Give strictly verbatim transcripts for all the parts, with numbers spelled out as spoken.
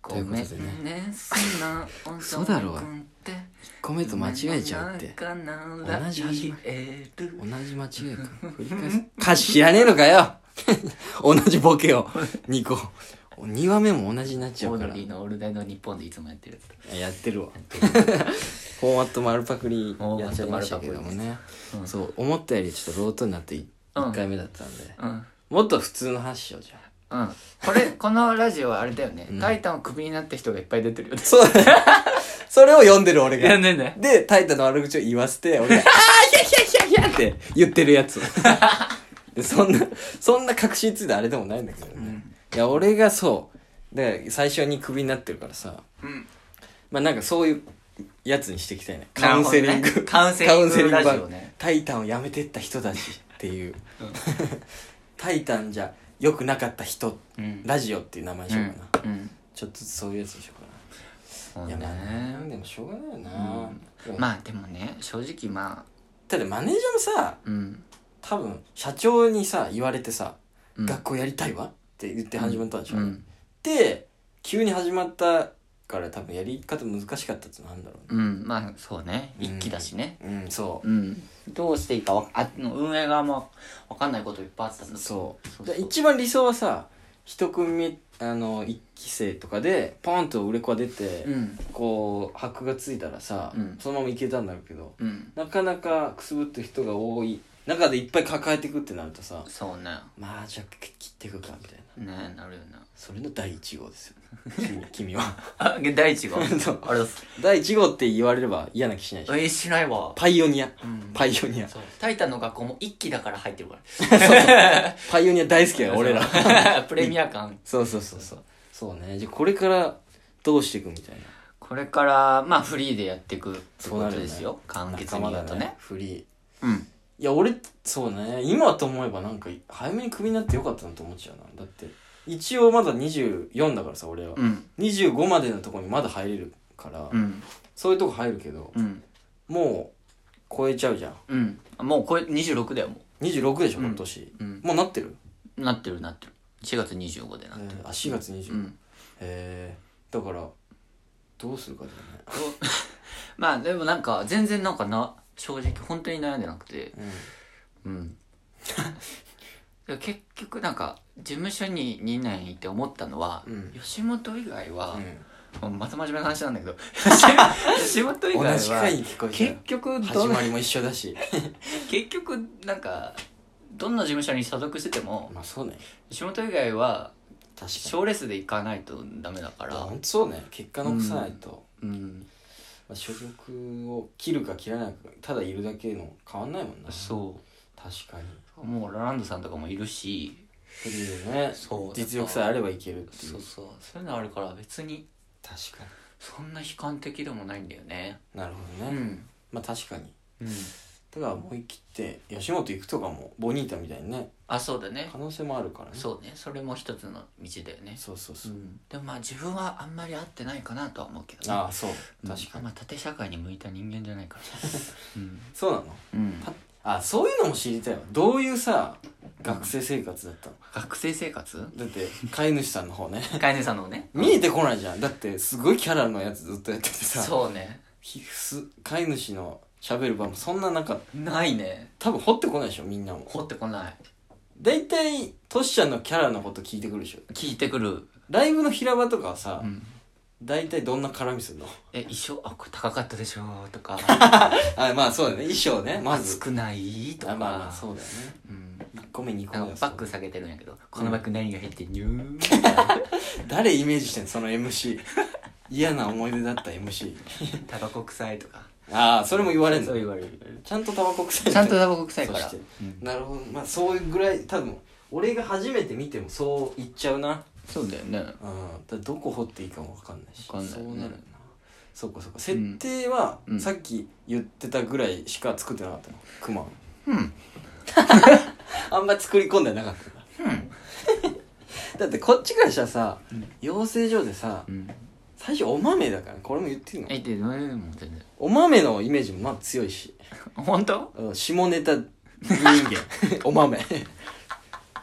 ということでね、 そうだろう、いっこめと間違えちゃうって。同じ始まり、同じ間違えか繰り返す。歌詞知らねえのかよ同じボケをにこ、にわめも同じになっちゃうから。 オードリーのオールナイトニッポンでいつもやってるやつやってるわフォーマット丸パクリやっちゃいましたけどもね、うん、そう思ったよりちょっとロートになっていっかいめだったんで、うん、もっと普通の話しようじゃん。 うん、これこのラジオはあれだよね、うん、タイタンをクビになった人がいっぱい出てるよね。 そうだねそれを読んでる俺が読んでんね。 でタイタンの悪口を言わせて俺があーヒャヒャヒャヒャって言ってるやつでそんなそんな確信ついたあれでもないんだけどね、うん、いや俺がそうで最初にクビになってるからさ、うん、まあなんかそういうやつにしていきたいね。カウンセリング、ね、 カウンセリングラジオね。 タイタンをやめてった人たちっていう、うん、タイタンじゃ良くなかった人、うん、ラジオっていう名前にしようかな、うんうん、ちょっとそういうやつにしようかな。そうね、いやまあでもしょうがないよな、 うん、まあでもね正直まあただマネージャーもさ、うん、多分社長にさ言われてさ、うん、学校やりたいわって言って始まったんでしょ、うん、で急に始まったから多分やり方難しかったってのなんだろうね。うんまあそうね一期だしね、 うん、うん、そう、 うん、どうしていいかわあ運営側も分かんないこといっぱいあったんだ。 そうそうそう。一番理想はさ一組目あの一期生とかでポンと売れっ子が出て、うん、こう箔がついたらさ、うん、そのままいけたんだろうけど、うん、なかなかくすぶってる人が多い中でいっぱい抱えていくってなるとさ、 そうね、 まあじゃあ切っていくかみたいなねなるよな。 それの第一号ですよ君はあ第一号そうあれ第一号って言われれば嫌な気しないでしょ。 えしないわ。 パイオニア、うん、パイオニア。 タイタンの学校も一期だから入ってるからそうそうパイオニア大好きや俺らプレミア感そうそうそうそうそうね。じゃあこれからどうしていくみたいな。 これからまあフリーでやっていくってことですよ、ね、簡潔に言うと ね, ねフリー。うんいや俺そうね今と思えばなんか早めにクビになってよかったなと思っちゃうな。だって一応まだにじゅうよんだからさ俺は、うん、にじゅうごまでのところにまだ入れるから、うん、そういうとこ入るけど、うん、もう超えちゃうじゃん、 うん、もう超えにじゅうろくだよもうにじゅうろくでしょ今年、うん、もうなってるなってるなってるしがつにじゅうごでなってる、 えー、あしがつにじゅうご、うん、へえだからどうするかだよねまあでもなんか全然なんかな正直本当に悩んでなくてうん、うん結局なんか事務所ににねんいて思ったのは、うん、吉本以外は、うん、また真面目な話なんだけど吉本以外は同じ回に聞こえ結局始まりも一緒だし結局なんかどんな事務所に所属してても、 まあそうね、 吉本以外は賞レースで行かないとダメだから。 本当そうね結果残さないと、うんうんまあ、所属を切るか切らないかただいるだけの変わんないもんな。 そう確かにもうラランドさんとかもいるしフリーでねそう実力さえあればいけるっていうそうそうそういうのあるから別に確かにそんな悲観的でもないんだよね。 なるほどね、うん、まあ確かに、うん、だから思い切って吉本行くとかもボニータみたいにねあそうだね可能性もあるからね。 そうねそれも一つの道だよね。 そうそうそう、うん、 でもまあ自分はあんまり合ってないかなとは思うけどね。 ああそう確かに、 うん、まあ縦社会に向いた人間じゃないから、 うん、そうなの、うんあそういうのも知りたいわ。どういうさ学生生活だったの、 うん、学生生活だって飼い主さんの方ね飼い主さんの方ね見えてこないじゃん。だってすごいキャラのやつずっとやっててさそうね飼い主の喋る場もそんななんかないね。 多分掘ってこないでしょみんなも。 掘ってこない。 だいたいトシちゃんのキャラのこと聞いてくるでしょ。 聞いてくる。 ライブの平場とかはさ、うんだいたいどんな絡みするの？ え、衣装、あ、これ高かったでしょとかあ、まあそうだね、衣装ね、まず少ないとか。 あまあまあそうだよね、うん、いっこめにこめバッグ下げてるんやけど、このバッグ何が入ってんにゅー誰イメージしてんのその エムシー 嫌な思い出だった エムシータバコ臭いとか。 ああそれも言われるの。 そう言われる。 ちゃんとタバコ臭い。 ちゃんとタバコ臭いから、 うん、なるほど。まあそういうぐらい多分俺が初めて見てもそう言っちゃうな。 そうだよね。 うん、だどこ掘っていいかも分かんないし。 分かんない、ね、 そうなるな。そうかそうか。設定は、うん、さっき言ってたぐらいしか作ってなかったの。クマ。うん。あんま作り込んでなかったな。うん。だってこっちからしたらさ、うん、養成所でさ、うん、最初お豆だからこれも言ってるの。 言ってるのも全然。 お豆のイメージもまあ強いし。 本当？ 下ネタ人間お豆。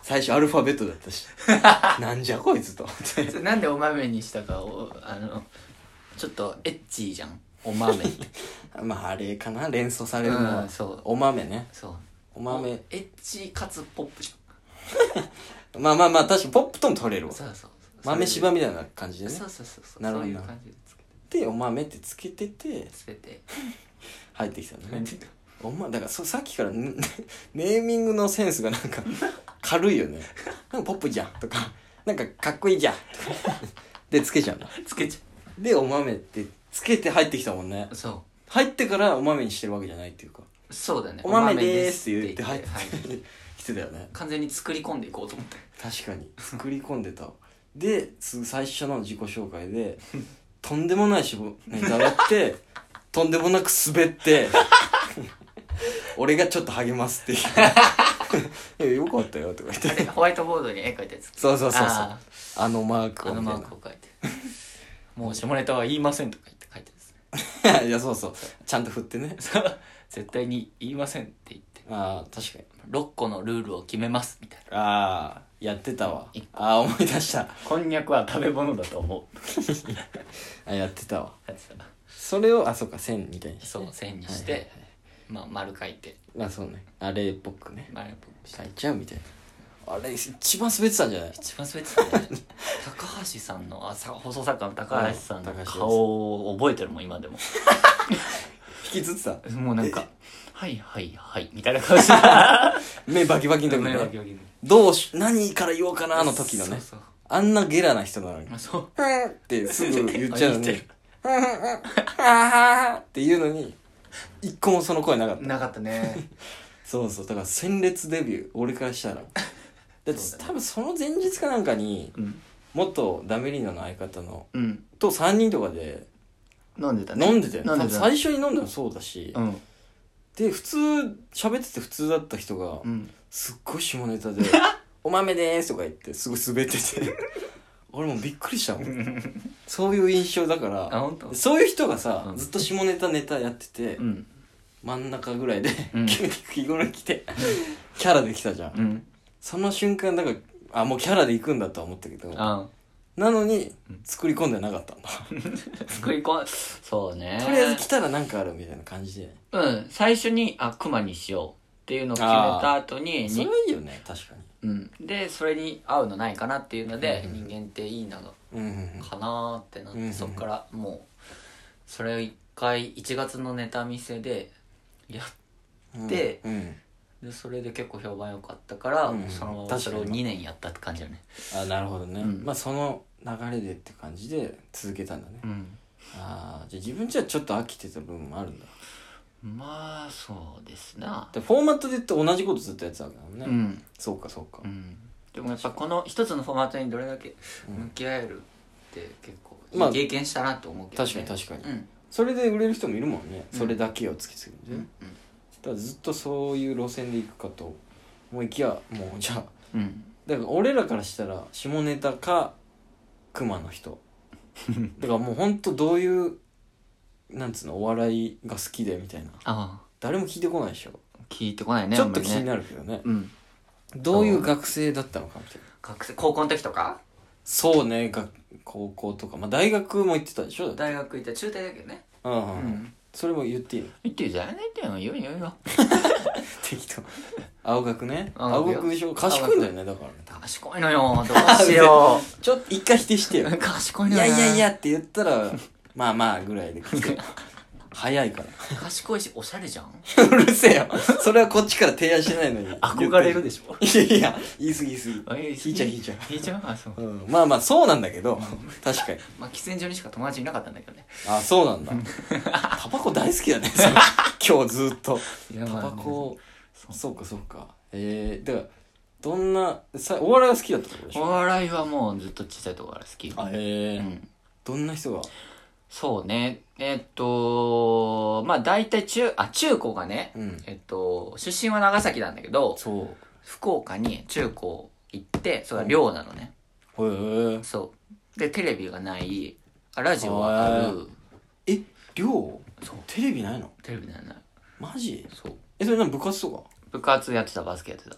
最初アルファベットだったしなんじゃこいつと思ってそれなんでお豆にしたかをあのちょっとエッチーじゃんお豆ってまああれかな連想されるのは、 うん、そうお豆ねそうお豆エッチかつポップじまあまあまあ確かにポップとも取れるわゃんそうそうそう豆柴みたいな感じでねそうそうそうそうなるほどそういう感じでつけてでお豆ってつけててつけて入ってきたのねお前だからそさっきからネーミングのセンスがなんか軽いよねなんかポップじゃんとかなんかかっこいいじゃんとかでつけちゃうのつけちゃでお豆ってつけて入ってきたもんねうそう入ってからお豆にしてるわけじゃないっていうかそうだねお豆でーすって言って入ってはいきてたよね完全に作り込んでいこうと思って確かに作り込んでたです最初の自己紹介でとんでもないしネタがあってとんでもなく滑って俺がちょっと励ますっていういやよかったよとか言ってあれホワイトボードに絵描いたやつそうそうそうそうああのマークあのをみたいマークを描いてもう下ネタは言いませんとか言って書いてですねないやそうそうちゃんと振ってね絶対に言いませんって言ってああ確かにろっこのルールを決めますみたいなああやってたわ一ああ思い出したこんにゃくは食べ物だと思うあやってたわやつだそれをあそうか線みたいにしてそう線にして、 はいはいはいまあ丸書いてまあそうねあれっぽくね丸っぽくして書いちゃうみたいなあれ一番滑ってたんじゃない一番滑ってたね高橋さんのあさ放送作家の高橋さんのうん高橋です顔を覚えてるもん今でも引きずってたもうなんか「はいはいはい」みたいな顔して目バキバキの時ね目バキバキにどうし何から言おうかなあの時のねそうそうあんなゲラな人なのにあそう 「うん」ってすぐ言っちゃうのに言ってる 「うんうんうんあーって言うのに一個もその声なかったなかったねそうそうだから鮮烈デビュー俺からしたらだってそうだね多分その前日かなんかにうん元ダメリーナの相方のうんとさんにんとかで飲んでたね飲んでたよね飲んでた多分最初に飲んだのそうだし、 うんで普通喋ってて普通だった人が、 うんすっごい下ネタで「お豆でーす」とか言ってすごい滑ってて俺もびっくりしたもんそういう印象だからあ本当そういう人がさ、 うんずっと下ネタネタやってて、 うん真ん中ぐらいで、 うん急に着頃に来てキャラで来たじゃん、 うんその瞬間だからあもうキャラで行くんだとは思ったけどあなのに作り込んでなかったんだ作り込んそうねとりあえず来たらなんかあるみたいな感じでうん最初にあクマにしようっていうのを決めた後にそれにはいいよね確かにうん、でそれに合うのないかなっていうので、 うん人間っていいなのうんうんうんかなーってなって、 うんそっからもうそれを一回いちがつのネタ見せでやっでうんうんでそれで結構評判良かったから、 うんもうそのまま確かにそれをにねんやったって感じだねあなるほどね、 うんまあその流れでって感じで続けたんだね、 うんああじゃあ自分じゃちょっと飽きてた部分もあるんだまあそうですなでフォーマットで言って同じことずっとやってたわけだもんね、 うん、 そうかそうか、 うん、でもやっぱこの一つのフォーマットにどれだけ向き合えるって結構いまあい経験したなと思うけど、ね確かに確かに、 うんそれで売れる人もいるもんね、 うんそれだけを突き詰めて、 うんだからずっとそういう路線で行くかと思いきやもうじゃあうんだから俺らからしたら下ネタか熊の人だからもうほんとどういうなんつうのお笑いが好きでみたいなああ誰も聞いてこないでしょ、 聞いてこないねちょっと気にるなるけどねうんどういう学生だったのかみたいな学生高校の時とかそうねが高校とか、まあ、大学も行ってたでしょだって大学行ったら中退だけどねうんうん、うんうんそれも言っていいの言ってるじゃないってよいいよいいよいいよ適当青学ね青学よ青学でしょ賢いんだよねだからね賢いのよどうしよちょっと一回否定してよう賢いいのよやいやいやって言ったらまあまあぐらいで来て早いか賢いしおしゃれじゃんらうるせえよそれはこっちから提案してないのに憧れるでしょいやいや言い過ぎ言い過あいやぎ引いちゃう引いちゃ引いちゃうあそうう、うん、まあまあそうなんだけど確かにまあ喫煙所にしか友達いなかったんだけどねあそうなんだタバコ大好きだねそれ今日ずっとタいやまあバコそうそうかそうかえー、だからどんなさお笑いが好きだったってことでしおょ笑いはもうずっと小さいところから好きあへえ、 うんどんな人がそうねえっとまあ大体中あ中高がねうんえっと出身は長崎なんだけどそう福岡に中高行ってそれは寮なのね、 へえそうでテレビがないあラジオはあるえ寮そうテレビないのテレビないないマジそうえそれ何部活とか部活やってたバスケやってた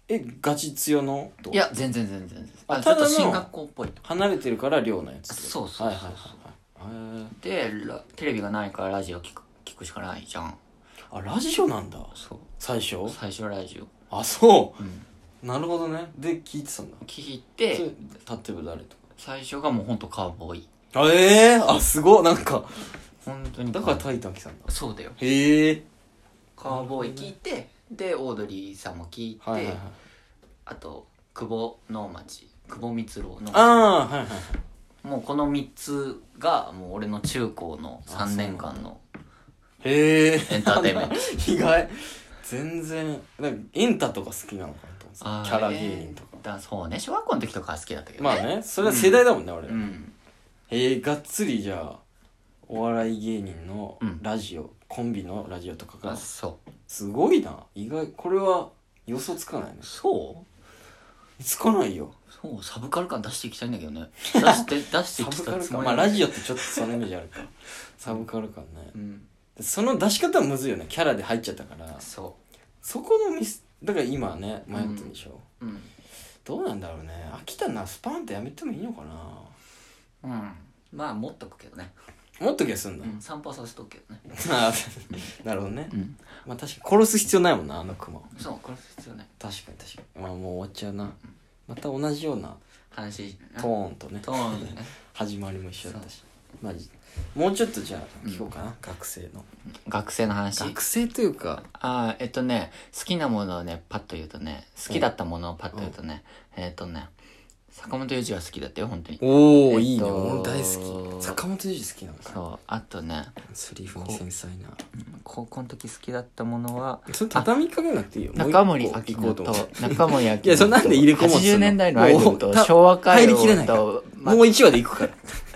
えガチ強のいや全然全然全然あちょっとただの進学校っぽいと離れてるから寮のやつってことそうそうそうそうはいはいはいはいでラテレビがないからラジオ聞く聞くしかないじゃん。 あラジオなんだそう最初最初ラジオあそうんうなるほどねで聞いてたんだ聞いそれて例えば誰とか最初がもうほんとカウボーイあええー、あすごっなんか本当にだからタイタン来たんだそうだよへえカウボーイ聞いてでオードリーさんも聞いて、 はいはいはいあと久保能町久保光郎のああはいはいはいもうこのみっつがもう俺の中高のさんねんかんのへえエンターテインメント意外全然なんかエンタとか好きなのかなと思ってたキャラ芸人とか、 えーだそうね小学校の時とかは好きだったけどねまあねそれは世代だもんね、 うん、 俺うんへえがっつりじゃあお笑い芸人のうんラジオ、コンビのラジオとかがあそうすごいな意外これは予想つかないねそうつかないよそうサブカル感出していきたいんだけどね出して出してサきブカル感たつもりまあラジオってちょっとそのイメージあるかサブカル感ねうんその出し方はむずいよねキャラで入っちゃったからそそこのミスだから今ね迷ってるんでしょ、 ううんどうなんだろうね飽きたなスパンってやめてもいいのかなうんまあ持っとくけどねもっと気がすんだ、 うん散歩させとくけどねあなるほどね、 うんまあ確かに殺す必要ないもんなあのクマそうこれ必要ない確かに確かにまあもう終わっちゃうなまた同じような話トーンとねトーンでね始まりも一緒だったしまあもうちょっとじゃあ聞こうかな、学生の学生の話学生というかああえっとね好きなものをねパッと言うとね好きだったものをパッと言うとね、えっとね坂本龍二は好きだったよ本当におお、 えっといいね俺大好き坂本龍二好きなのかそうあとねセリフに繊細な高校の時好きだったものはそれ畳みかけなくていいよ中森明もう一個菜行こうと思ってと中森明菜といやそれなんで入れ込もうとするのはちじゅうねんだいのアイドルともうた昭和歌謡入りきれないからと、まもういちわでいくから